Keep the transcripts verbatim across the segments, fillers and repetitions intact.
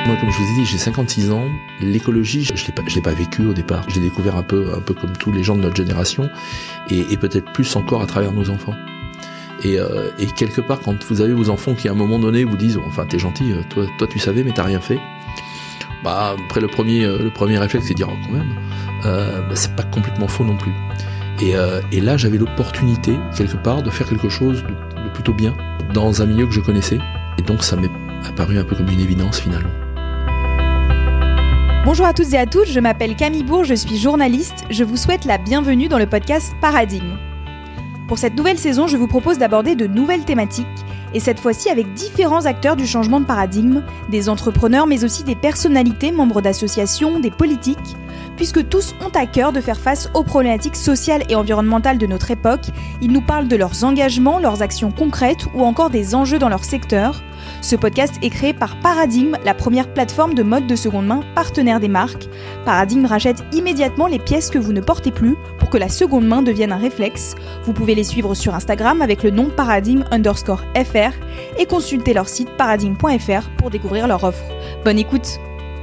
Moi, comme je vous ai dit, j'ai cinquante-six ans. L'écologie, je ne l'ai pas, je l'ai pas vécu au départ. J'ai découvert un peu, un peu comme tous les gens de notre génération, et, et peut-être plus encore à travers nos enfants. Et, euh, et quelque part, quand vous avez vos enfants qui à un moment donné vous disent, enfin, t'es gentil, toi, toi tu savais, mais t'as rien fait. Bah, après le premier, le premier réflexe, c'est de dire, oh, quand même, euh, bah, c'est pas complètement faux non plus. Et, euh, et là, j'avais l'opportunité quelque part de faire quelque chose de, de plutôt bien dans un milieu que je connaissais. Et donc, ça m'est apparu un peu comme une évidence finalement. Bonjour à toutes et à tous, je m'appelle Camille Bourg, je suis journaliste. Je vous souhaite la bienvenue dans le podcast Paradigme. Pour cette nouvelle saison, je vous propose d'aborder de nouvelles thématiques, et cette fois-ci avec différents acteurs du changement de paradigme, des entrepreneurs mais aussi des personnalités, membres d'associations, des politiques, puisque tous ont à cœur de faire face aux problématiques sociales et environnementales de notre époque. Ils nous parlent de leurs engagements, leurs actions concrètes ou encore des enjeux dans leur secteur. Ce podcast est créé par Paradigme, la première plateforme de mode de seconde main partenaire des marques. Paradigme rachète immédiatement les pièces que vous ne portez plus pour que la seconde main devienne un réflexe. Vous pouvez les suivre sur Instagram avec le nom paradigme underscore fr et consulter leur site paradigme point f r pour découvrir leur offre. Bonne écoute!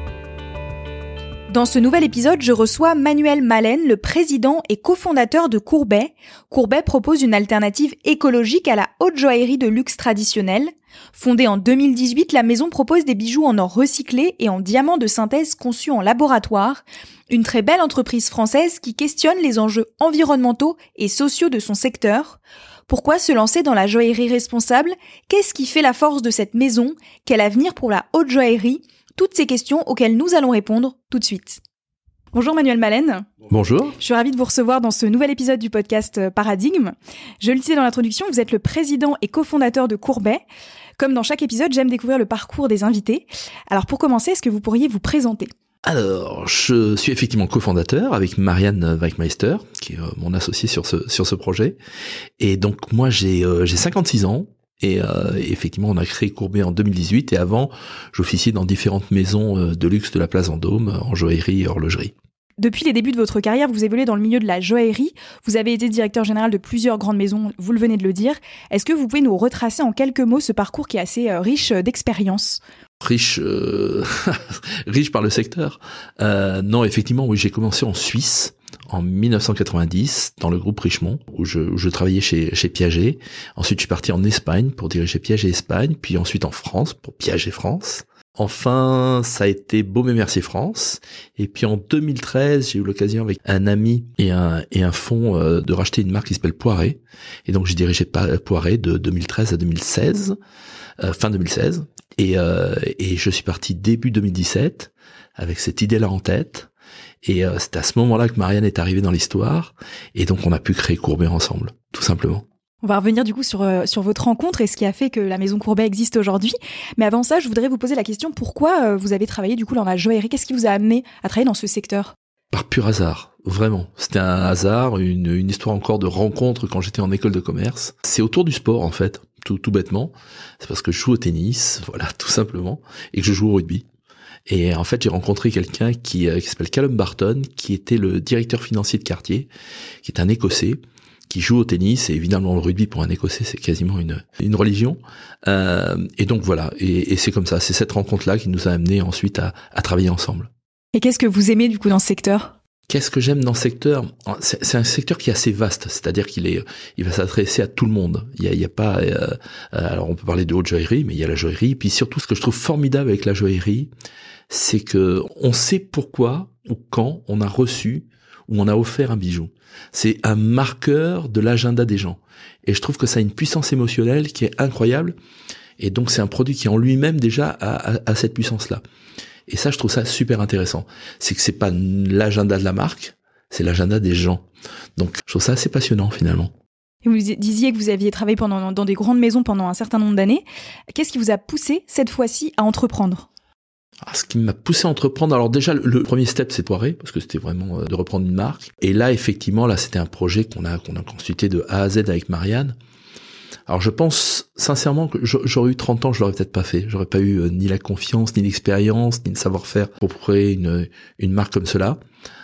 Dans ce nouvel épisode, je reçois Manuel Malen, le président et cofondateur de Courbet. Courbet propose une alternative écologique à la haute joaillerie de luxe traditionnelle. Fondée en deux mille dix-huit, la maison propose des bijoux en or recyclé et en diamants de synthèse conçus en laboratoire. Une très belle entreprise française qui questionne les enjeux environnementaux et sociaux de son secteur. Pourquoi se lancer dans la joaillerie responsable ? Qu'est-ce qui fait la force de cette maison ? Quel avenir pour la haute joaillerie ? Toutes ces questions auxquelles nous allons répondre tout de suite. Bonjour Manuel Malen. Bonjour. Je suis ravie de vous recevoir dans ce nouvel épisode du podcast Paradigme. Je le disais dans l'introduction, vous êtes le président et cofondateur de Courbet. Comme dans chaque épisode, j'aime découvrir le parcours des invités. Alors pour commencer, est-ce que vous pourriez vous présenter ? Alors, je suis effectivement cofondateur avec Marianne Weichmeister, qui est mon associée sur ce sur ce projet. Et donc moi j'ai euh, j'ai cinquante-six ans. Et euh, effectivement, on a créé Courbet en deux mille dix-huit. Et avant, j'officiais dans différentes maisons de luxe de la place Vendôme, en joaillerie et horlogerie. Depuis les débuts de votre carrière, vous évoluez dans le milieu de la joaillerie. Vous avez été directeur général de plusieurs grandes maisons, vous le venez de le dire. Est-ce que vous pouvez nous retracer en quelques mots ce parcours qui est assez euh, riche d'expérience ? Riche, euh, riche par le secteur. Euh, non, effectivement, oui, j'ai commencé en Suisse en dix-neuf cent quatre-vingt-dix dans le groupe Richemont où je, où je travaillais chez, chez Piaget. Ensuite, je suis parti en Espagne pour diriger Piaget Espagne, puis ensuite en France pour Piaget France. Enfin, ça a été Baume et Mercier France. Et puis en deux mille treize, j'ai eu l'occasion avec un ami et un, et un fonds euh, de racheter une marque qui s'appelle Poiret. Et donc, j'ai dirigé Poiret de deux mille treize à deux mille seize, euh, fin deux mille seize. Et, euh, et je suis parti début deux mille dix-sept avec cette idée-là en tête. Et euh, c'est à ce moment-là que Marianne est arrivée dans l'histoire. Et donc, on a pu créer Courbet ensemble, tout simplement. On va revenir du coup sur, euh, sur votre rencontre et ce qui a fait que la maison Courbet existe aujourd'hui. Mais avant ça, je voudrais vous poser la question, pourquoi euh, vous avez travaillé du coup dans la joaillerie ? Qu'est-ce qui vous a amené à travailler dans ce secteur ? Par pur hasard, vraiment. C'était un hasard, une, une histoire encore de rencontre quand j'étais en école de commerce. C'est autour du sport en fait, tout, tout bêtement. C'est parce que je joue au tennis, voilà, tout simplement, et que je joue au rugby. Et en fait, j'ai rencontré quelqu'un qui, euh, qui s'appelle Callum Barton, qui était le directeur financier de Cartier, qui est un Écossais, qui joue au tennis, et évidemment le rugby pour un Écossais, c'est quasiment une, une religion. Euh, et donc voilà, et, et c'est comme ça, c'est cette rencontre-là qui nous a amenés ensuite à, à travailler ensemble. Et qu'est-ce que vous aimez du coup dans ce secteur ? Qu'est-ce que j'aime dans ce secteur ? c'est, c'est un secteur qui est assez vaste, c'est-à-dire qu'il est, il va s'adresser à tout le monde. Il y a, il y a pas, euh, alors on peut parler de haute joaillerie, mais il y a la joaillerie. Puis surtout, ce que je trouve formidable avec la joaillerie, c'est que on sait pourquoi ou quand on a reçu ou on a offert un bijou. C'est un marqueur de l'agenda des gens. Et je trouve que ça a une puissance émotionnelle qui est incroyable. Et donc c'est un produit qui en lui-même déjà a, a, a cette puissance-là. Et ça, je trouve ça super intéressant. C'est que c'est pas l'agenda de la marque, c'est l'agenda des gens. Donc je trouve ça assez passionnant finalement. Vous disiez que vous aviez travaillé pendant, dans des grandes maisons pendant un certain nombre d'années. Qu'est-ce qui vous a poussé cette fois-ci à entreprendre ? Ah, ce qui m'a poussé à entreprendre, alors déjà le, le premier step c'est Poiret, parce que c'était vraiment euh, de reprendre une marque. Et là effectivement, là c'était un projet qu'on a qu'on a constitué de A à Z avec Marianne. Alors je pense sincèrement que j'aurais eu trente ans, je l'aurais peut-être pas fait. J'aurais pas eu euh, ni la confiance, ni l'expérience, ni le savoir-faire pour créer une une marque comme cela.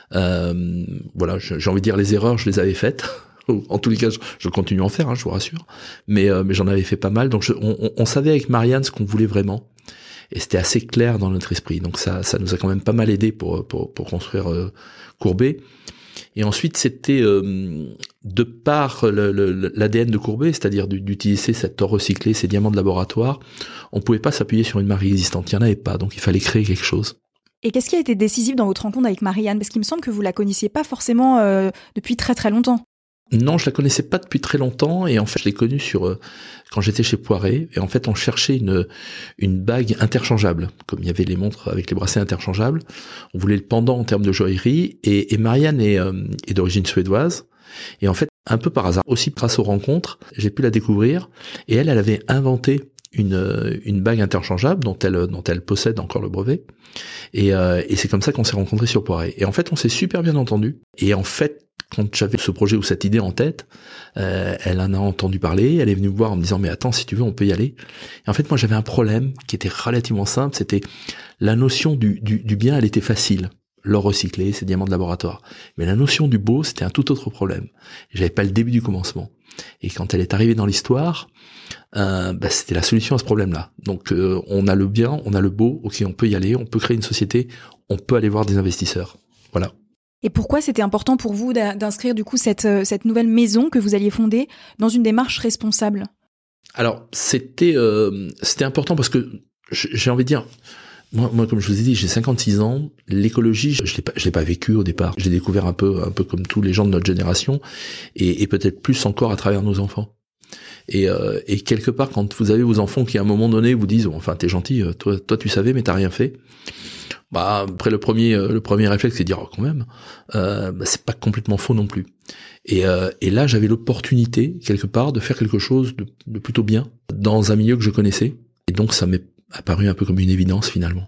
Euh, voilà, j'ai envie de dire les erreurs, je les avais faites. En tous les cas, je, je continue à en faire, hein, je vous rassure. Mais euh, mais j'en avais fait pas mal. Donc je, on, on savait avec Marianne ce qu'on voulait vraiment. et c'était assez clair dans notre esprit. Donc ça, ça nous a quand même pas mal aidé pour pour pour construire euh, Courbet. Et ensuite, c'était euh, de par le, le, l'A D N de Courbet, c'est-à-dire d'utiliser cet or recyclé, ces diamants de laboratoire, on pouvait pas s'appuyer sur une marque existante. Il y en avait pas, donc il fallait créer quelque chose. Et qu'est-ce qui a été décisif dans votre rencontre avec Marie-Anne ? Parce qu'il me semble que vous la connaissiez pas forcément euh, depuis très très longtemps. Non, je la connaissais pas depuis très longtemps, et en fait, je l'ai connue sur euh, quand j'étais chez Poiret, et en fait, on cherchait une une bague interchangeable, comme il y avait les montres avec les bracelets interchangeables. On voulait le pendant en termes de joaillerie, et, et Marie-Anne est, euh, est d'origine suédoise, et en fait, un peu par hasard, aussi grâce aux rencontres, j'ai pu la découvrir, et elle, elle avait inventé une une bague interchangeable dont elle dont elle possède encore le brevet, et euh, et c'est comme ça qu'on s'est rencontrés sur Poiret. Et en fait, on s'est super bien entendus, et en fait, quand j'avais ce projet ou cette idée en tête, euh, elle en a entendu parler, elle est venue me voir en me disant « mais attends, si tu veux, on peut y aller ». Et en fait, moi, j'avais un problème qui était relativement simple, c'était la notion du, du, du bien, elle était facile. L'or recyclé, c'est diamants de laboratoire. Mais la notion du beau, c'était un tout autre problème. J'avais pas le début du commencement. Et quand elle est arrivée dans l'histoire, euh, bah, c'était la solution à ce problème-là. Donc, euh, on a le bien, on a le beau, ok, on peut y aller, on peut créer une société, on peut aller voir des investisseurs. Voilà. Et pourquoi c'était important pour vous d'inscrire du coup cette, cette nouvelle maison que vous alliez fonder dans une démarche responsable ? Alors, c'était euh, c'était important parce que j'ai envie de dire, moi, moi comme je vous ai dit, j'ai cinquante-six ans, l'écologie, je, je l'ai pas, je l'ai pas vécu au départ. Je l'ai découvert un peu, un peu comme tous les gens de notre génération, et, et peut-être plus encore à travers nos enfants. Et, euh, et quelque part, quand vous avez vos enfants qui à un moment donné vous disent, oh, enfin, t'es gentil, toi, toi tu savais, mais t'as rien fait. Bah après le premier le premier réflexe c'est de dire oh, quand même euh, bah, c'est pas complètement faux non plus et euh, et là j'avais l'opportunité quelque part de faire quelque chose de, de plutôt bien dans un milieu que je connaissais, et donc ça m'est apparu un peu comme une évidence finalement.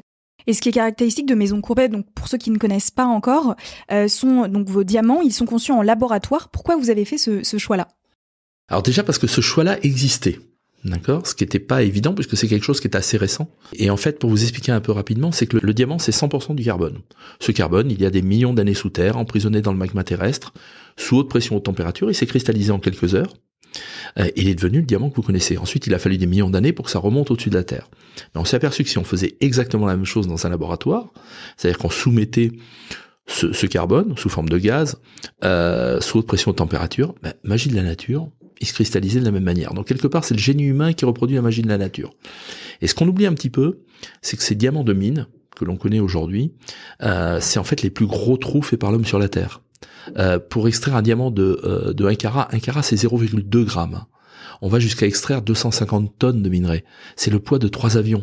Et ce qui est caractéristique de Maison Courbet, donc pour ceux qui ne connaissent pas encore, euh, sont donc vos diamants, ils sont conçus en laboratoire. Pourquoi vous avez fait ce, ce choix-là ? Alors déjà parce que ce choix-là existait. D'accord, ce qui n'était pas évident puisque c'est quelque chose qui est assez récent. Et en fait, pour vous expliquer un peu rapidement, c'est que le, le diamant, c'est cent pour cent du carbone. Ce carbone, il y a des millions d'années sous terre, emprisonné dans le magma terrestre, sous haute pression, haute température, il s'est cristallisé en quelques heures. Euh, et il est devenu le diamant que vous connaissez. Ensuite, il a fallu des millions d'années pour que ça remonte au-dessus de la Terre. Mais on s'est aperçu que si on faisait exactement la même chose dans un laboratoire, c'est-à-dire qu'on soumettait ce, ce carbone sous forme de gaz, euh, sous haute pression, haute température, bah, magie de la nature, il se cristallisait de la même manière. Donc quelque part, c'est le génie humain qui reproduit la magie de la nature. Et ce qu'on oublie un petit peu, c'est que ces diamants de mine que l'on connaît aujourd'hui, euh, c'est en fait les plus gros trous faits par l'homme sur la Terre. Euh, pour extraire un diamant de, euh, de un carat, un carat c'est zéro virgule deux grammes. On va jusqu'à extraire deux cent cinquante tonnes de minerais. C'est le poids de trois avions.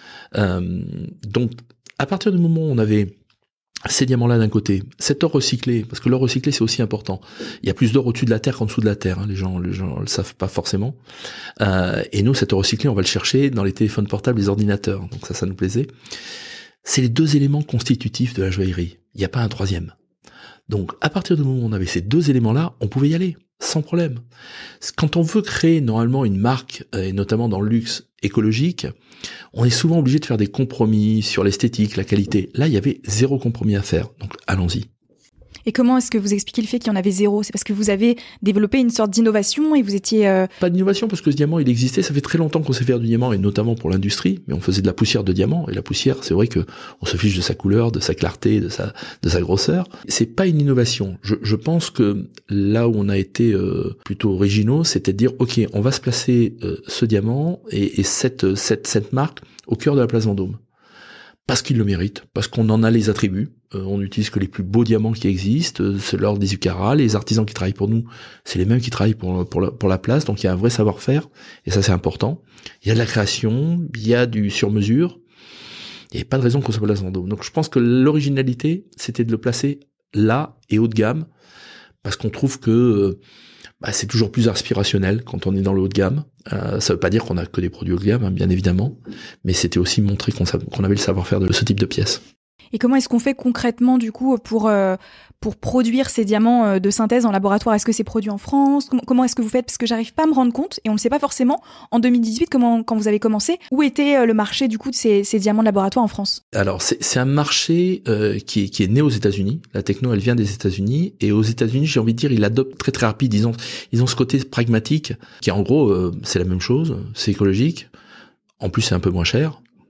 Euh, donc à partir du moment où on avait ces diamants-là d'un côté, cet or recyclé, parce que l'or recyclé c'est aussi important. Il y a plus d'or au-dessus de la terre qu'en dessous de la terre. Hein. Les gens, les gens le savent pas forcément. Euh, et nous, cet or recyclé, on va le chercher dans les téléphones portables, les ordinateurs. Donc ça, ça nous plaisait. C'est les deux éléments constitutifs de la joaillerie. Il n'y a pas un troisième. Donc à partir du moment où on avait ces deux éléments-là, on pouvait y aller sans problème. Quand on veut créer normalement une marque, et notamment dans le luxe écologique, on est souvent obligé de faire des compromis sur l'esthétique, la qualité. Là, il y avait zéro compromis à faire. Donc, allons-y. Et comment est-ce que vous expliquez le fait qu'il y en avait zéro ? C'est parce que vous avez développé une sorte d'innovation et vous étiez... Euh... Pas d'innovation parce que ce diamant, il existait. Ça fait très longtemps qu'on sait faire du diamant et notamment pour l'industrie. Mais on faisait de la poussière de diamant. Et la poussière, c'est vrai que on se fiche de sa couleur, de sa clarté, de sa, de sa grosseur. C'est pas une innovation. Je, je pense que là où on a été euh, plutôt originaux, c'était de dire, OK, on va se placer euh, ce diamant et, et cette, cette, cette marque au cœur de la place Vendôme. Parce qu'il le mérite, parce qu'on en a les attributs. Euh, on n'utilise que les plus beaux diamants qui existent, euh, c'est l'or des Ucara. Les artisans qui travaillent pour nous, c'est les mêmes qui travaillent pour, pour, la, pour la place. Donc il y a un vrai savoir-faire, et ça c'est important. Il y a de la création, il y a du sur-mesure. Il n'y a pas de raison qu'on se place Vendôme. Donc je pense que l'originalité, c'était de le placer là et haut de gamme, parce qu'on trouve que euh, bah, c'est toujours plus aspirationnel quand on est dans le haut de gamme. Euh, ça veut pas dire qu'on a que des produits haut de gamme, hein, bien évidemment, mais c'était aussi montrer qu'on, qu'on avait le savoir-faire de ce type de pièces. Et comment est-ce qu'on fait concrètement du coup pour euh, pour produire ces diamants de synthèse en laboratoire ? Est-ce que c'est produit en France ? Comment, comment est-ce que vous faites ? Parce que j'arrive pas à me rendre compte, et on ne sait pas forcément, en deux mille dix-huit, comment, quand vous avez commencé, où était le marché du coup de ces, ces diamants de laboratoire en France ? Alors c'est, c'est un marché euh, qui, est, qui est né aux États-Unis. La techno, elle vient des États-Unis, et aux États-Unis, j'ai envie de dire, ils l'adoptent très très rapide. Ils ont, ils ont ce côté pragmatique, qui en gros, euh, c'est la même chose, c'est écologique. En plus, c'est un peu moins cher.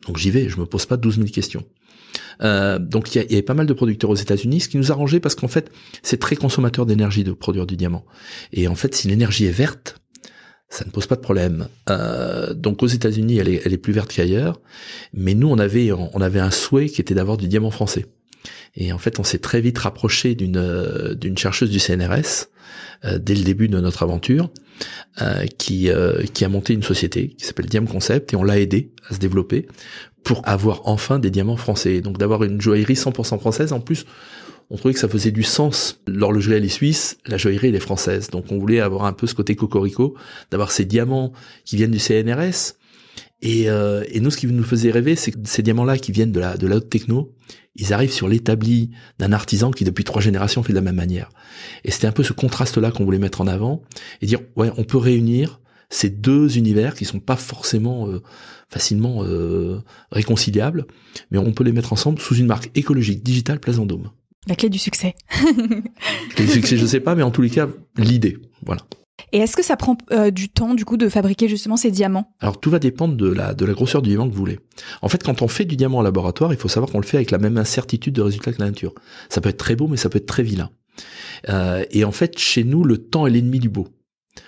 Donc j'y vais, je me pose pas douze mille questions. Euh, donc il y, y avait pas mal de producteurs aux États-Unis, ce qui nous arrangeait parce qu'en fait c'est très consommateur d'énergie de produire du diamant. Et en fait si l'énergie est verte, ça ne pose pas de problème. Euh, donc aux États-Unis elle est, elle est plus verte qu'ailleurs, mais nous on avait on avait un souhait qui était d'avoir du diamant français. Et en fait on s'est très vite rapproché d'une euh, d'une chercheuse du C N R S euh, dès le début de notre aventure, euh, qui euh, qui a monté une société qui s'appelle Diam Concept et on l'a aidé à se développer pour avoir enfin des diamants français. Donc d'avoir une joaillerie cent pour cent française. En plus, on trouvait que ça faisait du sens. L'horlogerie elle est suisse, la joaillerie elle est française. Donc on voulait avoir un peu ce côté cocorico, d'avoir ces diamants qui viennent du C N R S. Et, euh, et nous, ce qui nous faisait rêver, c'est que ces diamants-là qui viennent de la de la haute techno, ils arrivent sur l'établi d'un artisan qui depuis trois générations fait de la même manière. Et c'était un peu ce contraste-là qu'on voulait mettre en avant et dire ouais, on peut réunir ces deux univers qui sont pas forcément euh, facilement euh, réconciliables, mais on peut les mettre ensemble sous une marque écologique, digitale, Place Vendôme. La clé du succès. Clé du succès, je sais pas, mais en tous les cas, l'idée, voilà. Et est-ce que ça prend euh, du temps, du coup, de fabriquer justement ces diamants ? Alors, tout va dépendre de la, de la grosseur du diamant que vous voulez. En fait, quand on fait du diamant en laboratoire, il faut savoir qu'on le fait avec la même incertitude de résultat que la nature. Ça peut être très beau, mais ça peut être très vilain. Euh, et en fait, chez nous, le temps est l'ennemi du beau.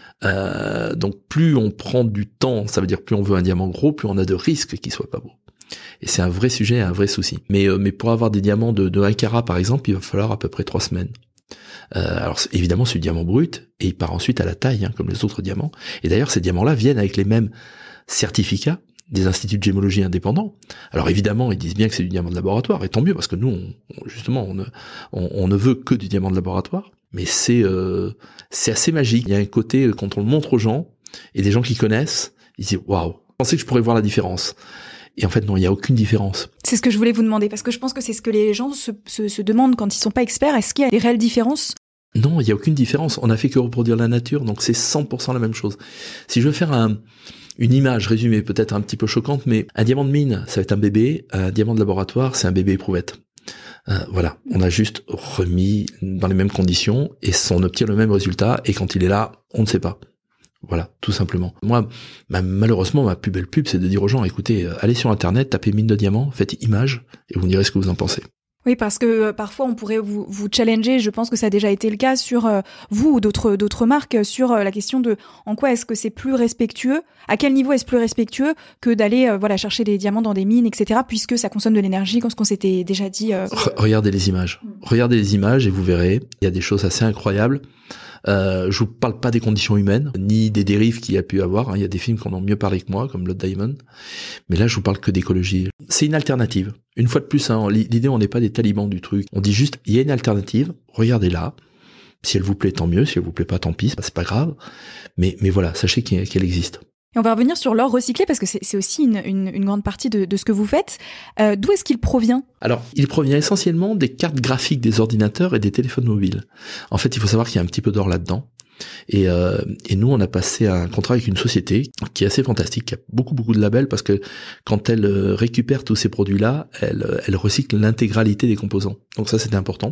Euh, donc, plus on prend du temps, ça veut dire plus on veut un diamant gros, plus on a de risques qu'il soit pas beau. Et c'est un vrai sujet, un vrai souci. Mais, euh, mais pour avoir des diamants de, de un carat, par exemple, il va falloir à peu près trois semaines. Euh, alors évidemment c'est du diamant brut et il part ensuite à la taille hein, comme les autres diamants, et d'ailleurs ces diamants là viennent avec les mêmes certificats des instituts de gémologie indépendants. Alors évidemment ils disent bien que c'est du diamant de laboratoire, et tant mieux parce que nous on, on, justement on ne, on, on ne veut que du diamant de laboratoire, mais c'est euh, c'est assez magique. Il y a un côté quand on le montre aux gens et des gens qui connaissent, ils disent waouh, je pensais que je pourrais voir la différence. Et en fait, non, il n'y a aucune différence. C'est ce que je voulais vous demander, parce que je pense que c'est ce que les gens se, se, se demandent quand ils sont pas experts. Est-ce qu'il y a des réelles différences ? Non, il n'y a aucune différence. On n'a fait que reproduire la nature, donc c'est cent pour cent la même chose. Si je veux faire un, une image résumée, peut-être un petit peu choquante, mais un diamant de mine, ça va être un bébé. Un diamant de laboratoire, c'est un bébé éprouvette. Euh, voilà, on a juste remis dans les mêmes conditions et on obtient le même résultat. Et quand il est là, on ne sait pas. Voilà, tout simplement. Moi, ma, malheureusement, ma plus belle pub, c'est de dire aux gens, écoutez, euh, allez sur Internet, tapez mine de diamant, faites image, et vous me direz ce que vous en pensez. Oui, parce que euh, parfois, on pourrait vous, vous challenger, je pense que ça a déjà été le cas sur euh, vous ou d'autres, d'autres marques, sur euh, la question de en quoi est-ce que c'est plus respectueux, à quel niveau est-ce plus respectueux que d'aller euh, voilà chercher des diamants dans des mines, et cetera, puisque ça consomme de l'énergie, comme ce qu'on s'était déjà dit. Euh... Re- regardez les images. Regardez les images et vous verrez, il y a des choses assez incroyables. Euh, je vous parle pas des conditions humaines, ni des dérives qu'il y a pu avoir. Hein. Il y a des films qui en ont mieux parlé que moi, comme Blood Diamond. Mais là, je vous parle que d'écologie. C'est une alternative. Une fois de plus, hein, l'idée, on n'est pas des talibans du truc. On dit juste, il y a une alternative. Regardez-la. Si elle vous plaît, tant mieux. Si elle vous plaît pas, tant pis. C'est pas grave. Mais, mais voilà, sachez qu'elle existe. Et on va revenir sur l'or recyclé parce que c'est, c'est aussi une, une, une grande partie de, de ce que vous faites. Euh, d'où est-ce qu'il provient ? Alors, il provient essentiellement des cartes graphiques des ordinateurs et des téléphones mobiles. En fait, il faut savoir qu'il y a un petit peu d'or là-dedans. Et, euh, et nous, on a passé un contrat avec une société qui est assez fantastique, qui a beaucoup, beaucoup de labels parce que quand elle récupère tous ces produits-là, elle, elle recycle l'intégralité des composants. Donc ça, c'était important.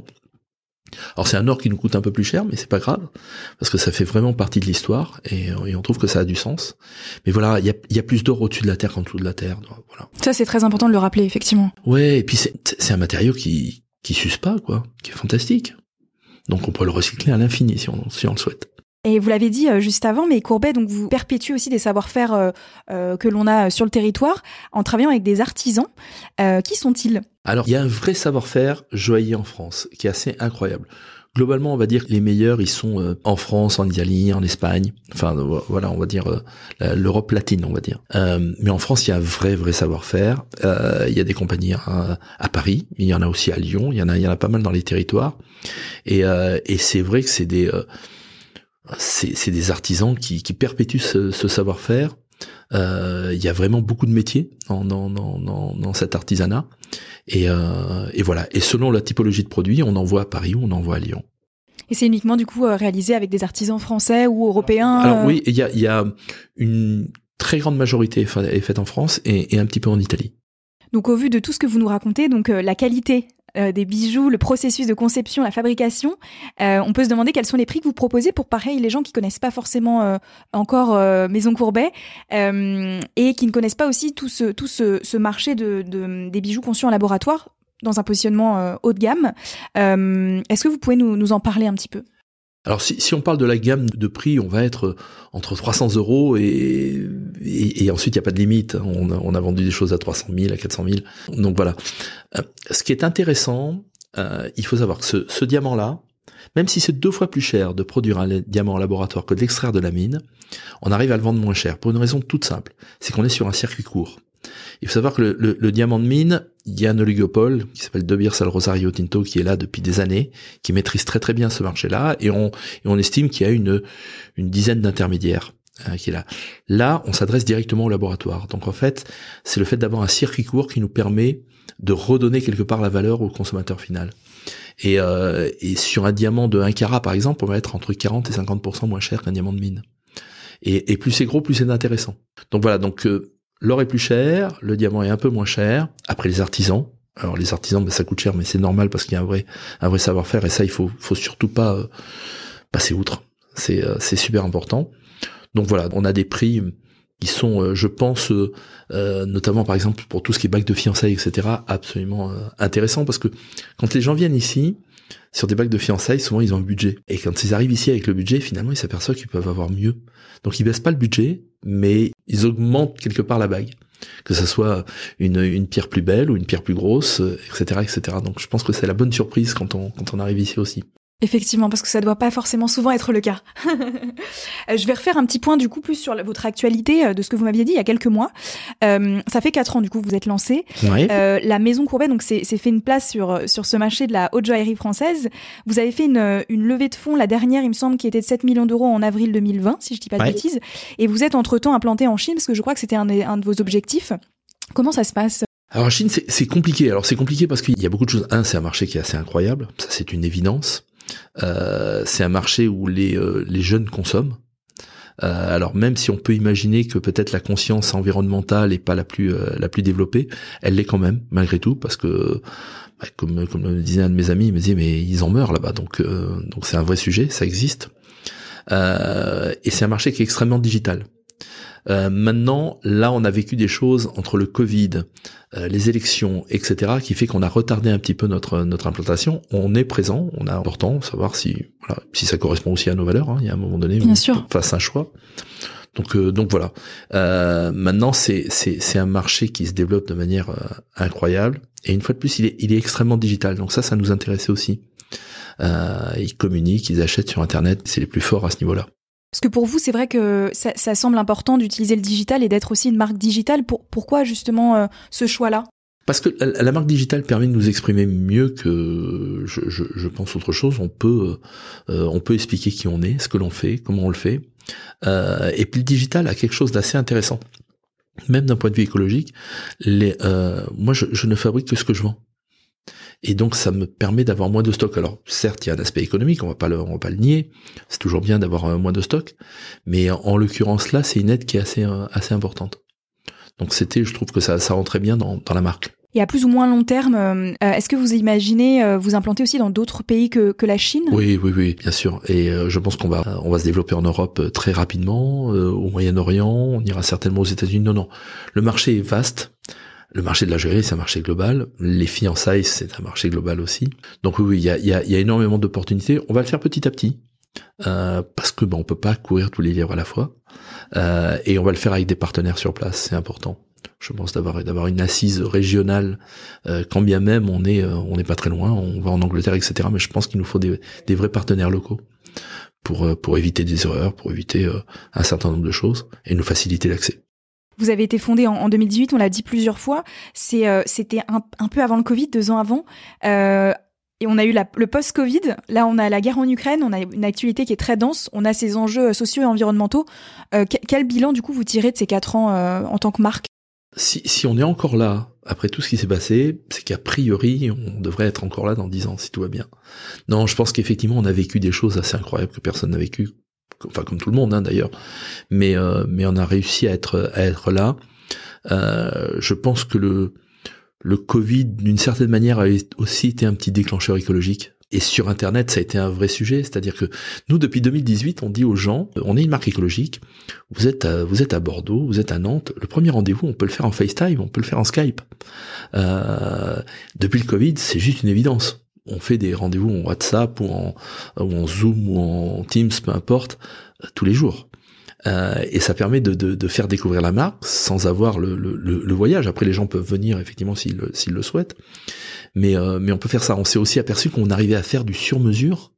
Alors c'est un or qui nous coûte un peu plus cher, mais c'est pas grave parce que ça fait vraiment partie de l'histoire et, et on trouve que ça a du sens. Mais voilà, il y a, y a plus d'or au-dessus de la terre qu'en dessous de la terre. Donc, voilà. Ça c'est très important de le rappeler effectivement. Ouais, et puis c'est, c'est un matériau qui qui s'use pas quoi, qui est fantastique. Donc on peut le recycler à l'infini si on si on le souhaite. Et vous l'avez dit euh, juste avant, mais Courbet, donc vous perpétuez aussi des savoir-faire euh, euh, que l'on a sur le territoire en travaillant avec des artisans. Euh, qui sont-ils ? Alors, il y a un vrai savoir-faire joaillier en France qui est assez incroyable. Globalement, on va dire que les meilleurs, ils sont euh, en France, en Italie, en Espagne. Enfin, euh, voilà, on va dire euh, l'Europe latine, on va dire. Euh, mais en France, il y a un vrai, vrai savoir-faire. Euh, il y a des compagnies à, à Paris, il y en a aussi à Lyon. Il y en a, il y en a pas mal dans les territoires. Et, euh, et c'est vrai que c'est des, euh, c'est, c'est des artisans qui, qui perpétuent ce, ce savoir-faire. Euh, il y a vraiment beaucoup de métiers dans, dans, dans, dans, dans cet artisanat. Et, euh, et voilà. Et selon la typologie de produits, on envoie à Paris ou on envoie à Lyon. Et c'est uniquement du coup euh, réalisé avec des artisans français ou européens. Alors euh... oui, il y a, il y a une très grande majorité est faite en France et, et un petit peu en Italie. Donc au vu de tout ce que vous nous racontez, donc euh, la qualité euh, des bijoux, le processus de conception, la fabrication, euh, on peut se demander quels sont les prix que vous proposez pour, pareil, les gens qui connaissent pas forcément euh, encore euh, Maison Courbet euh, et qui ne connaissent pas aussi tout ce, tout ce, ce marché de, de, des bijoux conçus en laboratoire dans un positionnement euh, haut de gamme. Euh, est-ce que vous pouvez nous, nous en parler un petit peu ? Alors si, si on parle de la gamme de prix, on va être entre trois cents euros et, et, et ensuite il n'y a pas de limite. On a, on a vendu des choses à trois cent mille, à quatre cent mille. Donc voilà. Euh, ce qui est intéressant, euh, il faut savoir que ce, ce diamant-là, même si c'est deux fois plus cher de produire un diamant en laboratoire que de l'extraire de la mine, on arrive à le vendre moins cher pour une raison toute simple. C'est qu'on est sur un circuit court. Il faut savoir que le, le, le diamant de mine, il y a un oligopole qui s'appelle De Beers Salrosa Rio Tinto qui est là depuis des années, qui maîtrise très très bien ce marché-là, et on, et on estime qu'il y a une, une dizaine d'intermédiaires hein, qui est là. Là, on s'adresse directement au laboratoire. Donc en fait, c'est le fait d'avoir un circuit court qui nous permet de redonner quelque part la valeur au consommateur final. Et, euh, et sur un diamant de un carat, par exemple, on va être entre quarante et cinquante pour cent moins cher qu'un diamant de mine. Et, et plus c'est gros, plus c'est intéressant. Donc voilà, donc euh, l'or est plus cher, le diamant est un peu moins cher. Après les artisans, alors les artisans, ben, ça coûte cher, mais c'est normal parce qu'il y a un vrai, un vrai savoir-faire et ça, il faut, faut surtout pas euh, passer outre. C'est, euh, c'est super important. Donc voilà, on a des prix qui sont, euh, je pense, euh, euh, notamment par exemple pour tout ce qui est bague de fiançailles, et cetera, absolument euh, intéressant parce que quand les gens viennent ici sur des bagues de fiançailles, souvent ils ont un budget. Et quand ils arrivent ici avec le budget, finalement ils s'aperçoivent qu'ils peuvent avoir mieux. Donc ils baissent pas le budget, mais ils augmentent quelque part la bague. Que ce soit une, une pierre plus belle ou une pierre plus grosse, et cetera, et cetera. Donc je pense que c'est la bonne surprise quand on, quand on arrive ici aussi. Effectivement, parce que ça doit pas forcément souvent être le cas. Je vais refaire un petit point du coup plus sur la, votre actualité de ce que vous m'aviez dit il y a quelques mois. Euh, ça fait quatre ans du coup que vous êtes lancé. Ouais. Euh, la Maison Courbet donc c'est, c'est fait une place sur sur ce marché de la haute joaillerie française. Vous avez fait une une levée de fonds, la dernière il me semble qui était de sept millions d'euros en avril deux mille vingt si je dis pas de ouais. bêtises. Et vous êtes entre-temps implanté en Chine parce que je crois que c'était un, un de vos objectifs. Comment ça se passe ? Alors en Chine c'est, c'est compliqué. Alors c'est compliqué parce qu'il y a beaucoup de choses. Un, c'est un marché qui est assez incroyable. Ça c'est une évidence. Euh, c'est un marché où les euh, les jeunes consomment. Euh, alors même si on peut imaginer que peut-être la conscience environnementale est pas la plus euh, la plus développée, elle l'est quand même malgré tout parce que bah, comme comme le disait un de mes amis, il me disait mais ils en meurent là-bas donc euh, donc c'est un vrai sujet, ça existe. Euh, et c'est un marché qui est extrêmement digital. Euh, maintenant, là, on a vécu des choses entre le Covid, euh, les élections, et cetera, qui fait qu'on a retardé un petit peu notre notre implantation. On est présent, on a important savoir si voilà si ça correspond aussi à nos valeurs. Hein, il y a un moment donné, Bien on sûr. fasse un choix. Donc euh, donc voilà. Euh, maintenant, c'est c'est c'est un marché qui se développe de manière euh, incroyable. Et une fois de plus, il est il est extrêmement digital. Donc ça, ça nous intéressait aussi. Euh, ils communiquent, ils achètent sur Internet. C'est les plus forts à ce niveau-là. Parce que pour vous, c'est vrai que ça, ça semble important d'utiliser le digital et d'être aussi une marque digitale. Pour, pourquoi justement euh, ce choix-là ? Parce que la, la marque digitale permet de nous exprimer mieux que je, je, je pense autre chose. On peut euh, on peut expliquer qui on est, ce que l'on fait, comment on le fait. Euh, et puis le digital a quelque chose d'assez intéressant, même d'un point de vue écologique. Les, euh, moi, je, je ne fabrique que ce que je vends. Et donc ça me permet d'avoir moins de stock. Alors certes, il y a un aspect économique, on va pas le, on va pas le nier. C'est toujours bien d'avoir euh, moins de stock, mais en, en l'occurrence là, c'est une aide qui est assez euh, assez importante. Donc c'était, je trouve que ça ça rentrait bien dans dans la marque. Et à plus ou moins long terme, euh, est-ce que vous imaginez euh, vous implanter aussi dans d'autres pays que que la Chine ? Oui, oui, oui, bien sûr. Et euh, je pense qu'on va on va se développer en Europe euh, très rapidement, euh, au Moyen-Orient, on ira certainement aux États-Unis. Non, non, le marché est vaste. Le marché de la joaillerie, c'est un marché global. Les fiançailles, c'est un marché global aussi. Donc oui, oui, il y a, il y a, il y a énormément d'opportunités. On va le faire petit à petit, euh, parce que ben on peut pas courir tous les livres à la fois. Euh, et on va le faire avec des partenaires sur place. C'est important. Je pense d'avoir d'avoir une assise régionale, euh, quand bien même on est euh, on n'est pas très loin. On va en Angleterre, et cetera. Mais je pense qu'il nous faut des, des vrais partenaires locaux pour pour éviter des erreurs, pour éviter euh, un certain nombre de choses et nous faciliter l'accès. Vous avez été fondé en, en deux mille dix-huit, on l'a dit plusieurs fois. C'est, euh, c'était un, un peu avant le Covid, deux ans avant. Euh, et on a eu la, le post-Covid. Là, on a la guerre en Ukraine. On a une actualité qui est très dense. On a ces enjeux sociaux et environnementaux. Euh, quel bilan, du coup, vous tirez de ces quatre ans euh, en tant que marque ? Si, si on est encore là, après tout ce qui s'est passé, c'est qu'a priori, on devrait être encore là dans dix ans, si tout va bien. Non, je pense qu'effectivement, on a vécu des choses assez incroyables que personne n'a vécu. Enfin comme tout le monde hein, d'ailleurs, mais euh, mais on a réussi à être à être là. Euh, je pense que le le Covid, d'une certaine manière, a aussi été un petit déclencheur écologique. Et sur Internet, ça a été un vrai sujet. C'est-à-dire que nous, depuis deux mille dix-huit, on dit aux gens, on est une marque écologique, vous êtes à, vous êtes à Bordeaux, vous êtes à Nantes, le premier rendez-vous, on peut le faire en FaceTime, on peut le faire en Skype. Euh, depuis le Covid, c'est juste une évidence. On fait des rendez-vous en WhatsApp ou en, ou en Zoom ou en Teams, peu importe, tous les jours. Euh, et ça permet de, de, de faire découvrir la marque sans avoir le, le, le voyage. Après, les gens peuvent venir effectivement s'ils, s'ils le souhaitent, mais, euh, mais on peut faire ça. On s'est aussi aperçu qu'on arrivait à faire du sur-mesure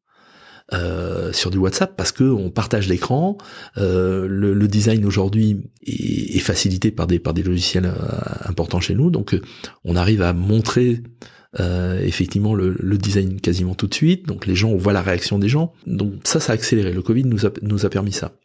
euh, sur du WhatsApp parce que on partage l'écran. Euh, le, le design aujourd'hui est, est facilité par des par des logiciels euh, importants chez nous, donc euh, on arrive à montrer Euh, effectivement le, le design quasiment tout de suite, donc les gens, on voit la réaction des gens, donc ça ça a accéléré, le Covid nous a, nous a permis ça.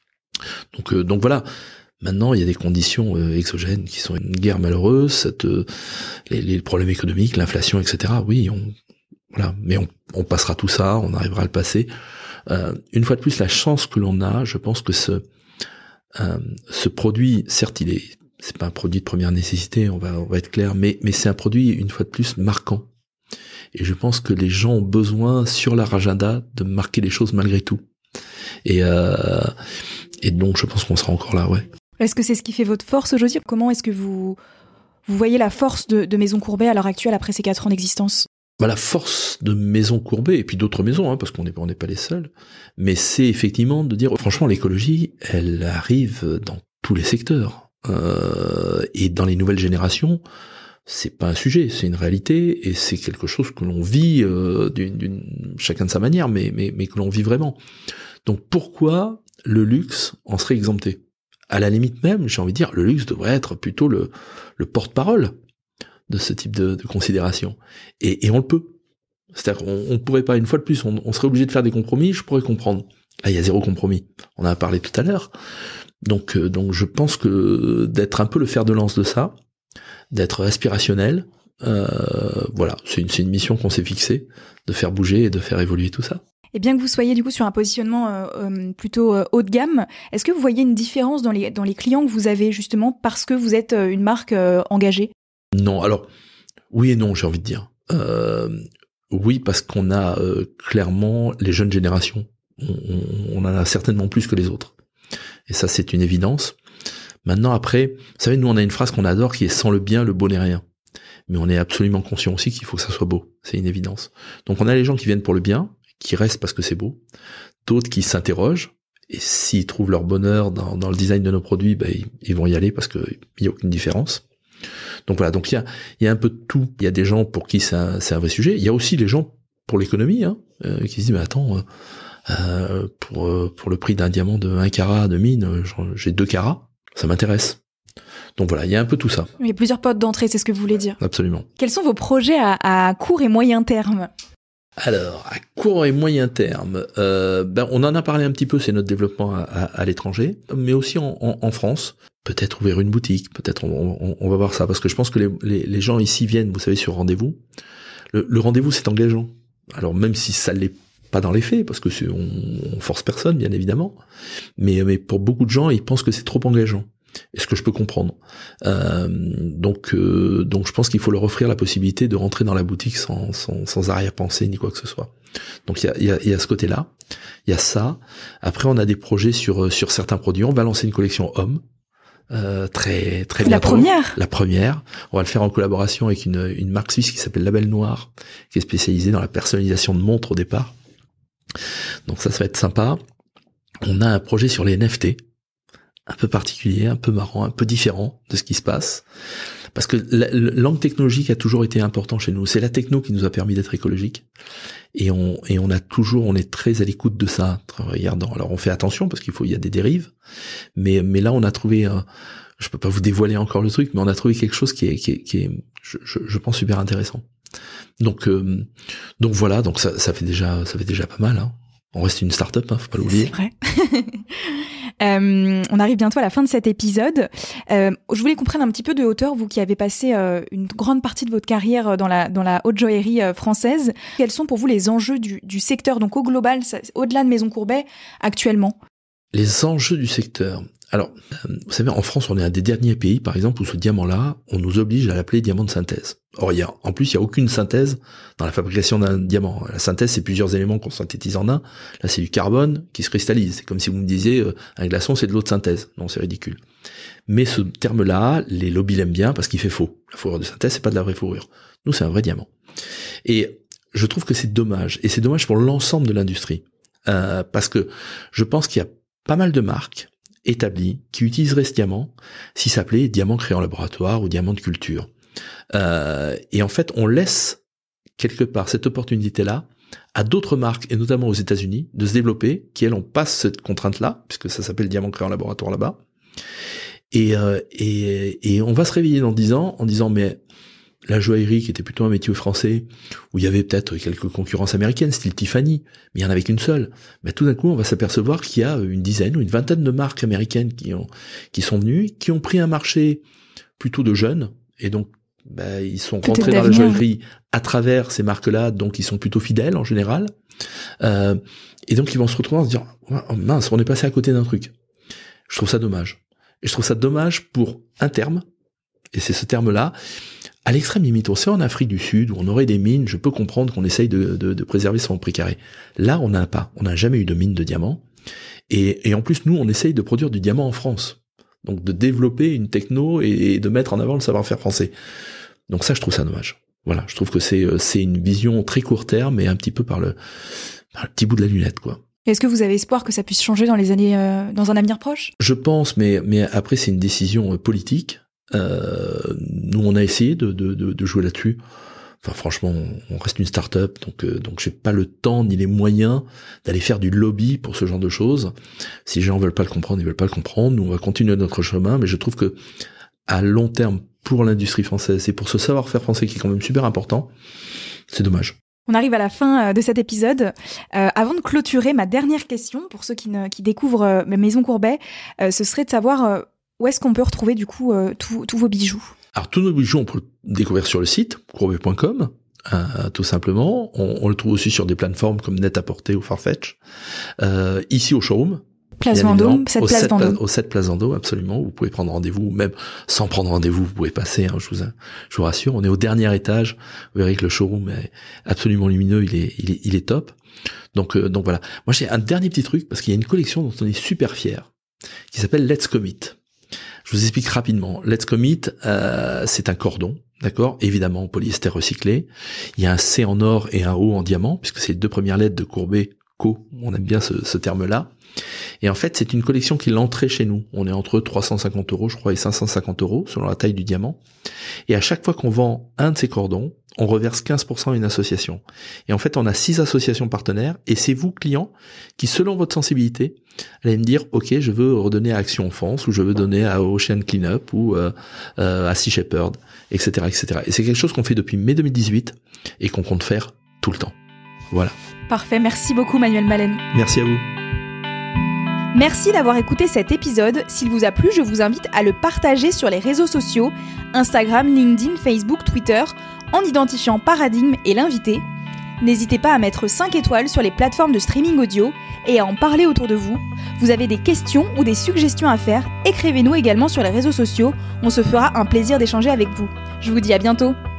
Donc euh, donc voilà, maintenant il y a des conditions euh, exogènes qui sont une guerre malheureuse, cette, euh, les, les problèmes économiques, l'inflation, et cetera. Oui, on, voilà, mais on, on passera tout ça, on arrivera à le passer. Euh, une fois de plus, la chance que l'on a, je pense que ce euh, ce produit, certes il est c'est pas un produit de première nécessité, on va, on va être clair, mais, mais c'est un produit, une fois de plus, marquant. Et je pense que les gens ont besoin, sur leur agenda, de marquer les choses malgré tout. Et, euh, et donc, je pense qu'on sera encore là, ouais. Est-ce que c'est ce qui fait votre force aujourd'hui ? Comment est-ce que vous, vous voyez la force de, de Maison Courbet à l'heure actuelle, après ces quatre ans d'existence ? Bah, la force de Maison Courbet, et puis d'autres maisons, hein, parce qu'on n'est on n'est pas les seuls, mais c'est effectivement de dire, franchement, l'écologie, elle arrive dans tous les secteurs. Euh, et dans les nouvelles générations, c'est pas un sujet, c'est une réalité et c'est quelque chose que l'on vit euh, d'une, d'une, chacun de sa manière, mais, mais, mais que l'on vit vraiment. Donc pourquoi le luxe en serait exempté ? À la limite même, j'ai envie de dire, le luxe devrait être plutôt le, le porte-parole de ce type de, de considération. Et, et on le peut. C'est-à-dire qu'on on pourrait pas, une fois de plus, on, on serait obligé de faire des compromis, je pourrais comprendre. Là, il y a zéro compromis. On en a parlé tout à l'heure. Donc, euh, donc je pense que d'être un peu le fer de lance de ça, d'être aspirationnel, euh, voilà, c'est une, c'est une mission qu'on s'est fixée, de faire bouger et de faire évoluer tout ça. Et bien que vous soyez du coup sur un positionnement euh, euh, plutôt euh, haut de gamme, est-ce que vous voyez une différence dans les dans les clients que vous avez justement parce que vous êtes euh, une marque euh, engagée ? Non, alors oui et non, j'ai envie de dire. Euh, oui, parce qu'on a euh, clairement les jeunes générations, on, on, on en a certainement plus que les autres. Et ça, c'est une évidence. Maintenant, après, vous savez, nous, on a une phrase qu'on adore qui est « sans le bien, le beau n'est rien ». Mais on est absolument conscient aussi qu'il faut que ça soit beau. C'est une évidence. Donc, on a les gens qui viennent pour le bien, qui restent parce que c'est beau. D'autres qui s'interrogent. Et s'ils trouvent leur bonheur dans, dans le design de nos produits, ben, ils, ils vont y aller parce qu'il n'y a aucune différence. Donc voilà, donc il y a, il y a un peu de tout. Il y a des gens pour qui c'est un, c'est un vrai sujet. Il y a aussi les gens pour l'économie, hein, euh, qui se disent « mais attends... Euh, Euh, pour pour le prix d'un diamant de un carat de mine, j'ai deux carats, ça m'intéresse. » Donc voilà, il y a un peu tout ça. Il y a plusieurs portes d'entrée, c'est ce que vous voulez dire. Absolument. Quels sont vos projets à, à court et moyen terme ? Alors, à court et moyen terme, euh, ben on en a parlé un petit peu, c'est notre développement à, à, à l'étranger, mais aussi en, en, en France. Peut-être ouvrir une boutique, peut-être on, on, on va voir ça, parce que je pense que les, les, les gens ici viennent, vous savez, sur rendez-vous. Le, le rendez-vous, c'est engageant. Alors même si ça l'est pas dans les faits, parce que c'est, on, on force personne, bien évidemment, mais, mais pour beaucoup de gens, ils pensent que c'est trop engageant. Et ce que je peux comprendre. Euh, donc, euh, donc je pense qu'il faut leur offrir la possibilité de rentrer dans la boutique sans, sans, sans arrière-pensée ni quoi que ce soit. Donc il y a, il y a, il y a ce côté-là, il y a ça. Après, on a des projets sur sur certains produits. On va lancer une collection homme. Euh, très très la bientôt. première La première. On va le faire en collaboration avec une, une marque suisse qui s'appelle Label Noir, qui est spécialisée dans la personnalisation de montres au départ. Donc ça, ça va être sympa. On a un projet sur les N F T, un peu particulier, un peu marrant, un peu différent de ce qui se passe. Parce que l'angle technologique a toujours été important chez nous. C'est la techno qui nous a permis d'être écologique. Et on, et on a toujours, on est très à l'écoute de ça, très regardant. Alors on fait attention parce qu'il faut, il y a des dérives. Mais, mais là, on a trouvé, un, je peux pas vous dévoiler encore le truc, mais on a trouvé quelque chose qui est, qui est, qui est je, je, je pense, super intéressant. Donc, euh, donc voilà, donc ça, ça fait déjà, ça fait déjà pas mal, hein. On reste une start-up, hein, faut pas l'oublier. C'est vrai. euh, on arrive bientôt à la fin de cet épisode. Euh, je voulais qu'on prenne un petit peu de hauteur, vous qui avez passé euh, une grande partie de votre carrière dans la dans la haute joaillerie euh, française. Quels sont pour vous les enjeux du, du secteur, donc au global, ça, au-delà de Maison Courbet, actuellement ? Les enjeux du secteur. Alors, euh, vous savez, en France, on est un des derniers pays, par exemple, où ce diamant-là, on nous oblige à l'appeler diamant de synthèse. Or, il y a, en plus, il n'y a aucune synthèse dans la fabrication d'un diamant. La synthèse, c'est plusieurs éléments qu'on synthétise en un. Là, c'est du carbone qui se cristallise. C'est comme si vous me disiez, euh, un glaçon, c'est de l'eau de synthèse. Non, c'est ridicule. Mais ce terme-là, les lobbies l'aiment bien parce qu'il fait faux. La fourrure de synthèse, c'est pas de la vraie fourrure. Nous, c'est un vrai diamant. Et je trouve que c'est dommage. Et c'est dommage pour l'ensemble de l'industrie. Euh, parce que je pense qu'il y a pas mal de marques établies qui utiliseraient ce diamant s'il s'appelait diamant créé en laboratoire ou diamant de culture. Euh, et en fait, on laisse quelque part cette opportunité-là à d'autres marques, et notamment aux États-Unis, de se développer, qui elles ont pas cette contrainte-là, puisque ça s'appelle diamant créé en laboratoire là-bas. Et, euh, et, et on va se réveiller dans dix ans en disant, mais la joaillerie, qui était plutôt un métier français, où il y avait peut-être quelques concurrences américaines, style Tiffany, mais il y en avait qu'une seule. Mais tout d'un coup, on va s'apercevoir qu'il y a une dizaine ou une vingtaine de marques américaines qui ont, qui sont venues, qui ont pris un marché plutôt de jeunes, et donc, bah, ils sont Peut-être rentrés dans la d'avenir. joaillerie à travers ces marques-là, donc ils sont plutôt fidèles en général. Euh, et donc ils vont se retrouver à se dire, oh, mince, on est passé à côté d'un truc. Je trouve ça dommage. Et je trouve ça dommage pour un terme, et c'est ce terme-là. À l'extrême limite, on sait en Afrique du Sud, où on aurait des mines, je peux comprendre qu'on essaye de, de, de préserver son prix carré. Là, on n'a pas. On n'a jamais eu de mine de diamant. Et, et en plus, nous, on essaye de produire du diamant en France. Donc de développer une techno et, et de mettre en avant le savoir-faire français. Donc ça, je trouve ça dommage. Voilà, je trouve que c'est, c'est une vision très court terme et un petit peu par le, par le petit bout de la lunette, quoi. Est-ce que vous avez espoir que ça puisse changer dans les années, euh, dans un avenir proche ? Je pense, mais, mais après, c'est une décision politique. Euh, nous, on a essayé de, de, de, de jouer là-dessus. Enfin, franchement, on reste une start-up, donc euh, donc j'ai pas le temps ni les moyens d'aller faire du lobby pour ce genre de choses. Si les gens veulent pas le comprendre, ils veulent pas le comprendre. Nous, on va continuer notre chemin, mais je trouve que à long terme, pour l'industrie française et pour ce savoir-faire français qui est quand même super important, c'est dommage. On arrive à la fin de cet épisode. Euh, avant de clôturer, ma dernière question, pour ceux qui, ne, qui découvrent euh, Maison Courbet, euh, ce serait de savoir euh, où est-ce qu'on peut retrouver du coup euh, tous vos bijoux. Alors tous nos bijoux, on peut le découvrir sur le site courbet point com, euh, tout simplement. On, on le trouve aussi sur des plateformes comme Net-à-Porter ou Farfetch. Euh, ici au showroom. Place Vendôme, cette place Vendôme. Au sept Place Vendôme, absolument. Vous pouvez prendre rendez-vous, même sans prendre rendez-vous, vous pouvez passer. Hein, je vous, je vous rassure. On est au dernier étage. Vous verrez que le showroom est absolument lumineux. Il est, il est, il est top. Donc, euh, donc voilà. Moi, j'ai un dernier petit truc parce qu'il y a une collection dont on est super fier, qui s'appelle Let's Commit. Je vous explique rapidement. Let's Commit, euh, c'est un cordon, d'accord, évidemment en polyester recyclé. Il y a un C en or et un O en diamant, puisque c'est les deux premières lettres de Courbet Co. On aime bien ce, ce terme-là. Et en fait, c'est une collection qui l'entrée chez nous. On est entre trois cent cinquante euros, je crois, et cinq cent cinquante euros, selon la taille du diamant. Et à chaque fois qu'on vend un de ces cordons, on reverse quinze pour cent à une association. Et en fait, on a six associations partenaires, et c'est vous, clients, qui, selon votre sensibilité, allez me dire, OK, je veux redonner à Action Enfance, ou je veux donner à Ocean Cleanup, ou euh, euh, à Sea Shepherd, et cetera, et cetera. Et c'est quelque chose qu'on fait depuis mai deux mille dix-huit, et qu'on compte faire tout le temps. Voilà. Parfait, merci beaucoup Manuel Malen. Merci à vous. Merci d'avoir écouté cet épisode. S'il vous a plu, je vous invite à le partager sur les réseaux sociaux, Instagram, LinkedIn, Facebook, Twitter, en identifiant Paradigme et l'invité. N'hésitez pas à mettre cinq étoiles sur les plateformes de streaming audio et à en parler autour de vous. Vous avez des questions ou des suggestions à faire, écrivez-nous également sur les réseaux sociaux. On se fera un plaisir d'échanger avec vous. Je vous dis à bientôt.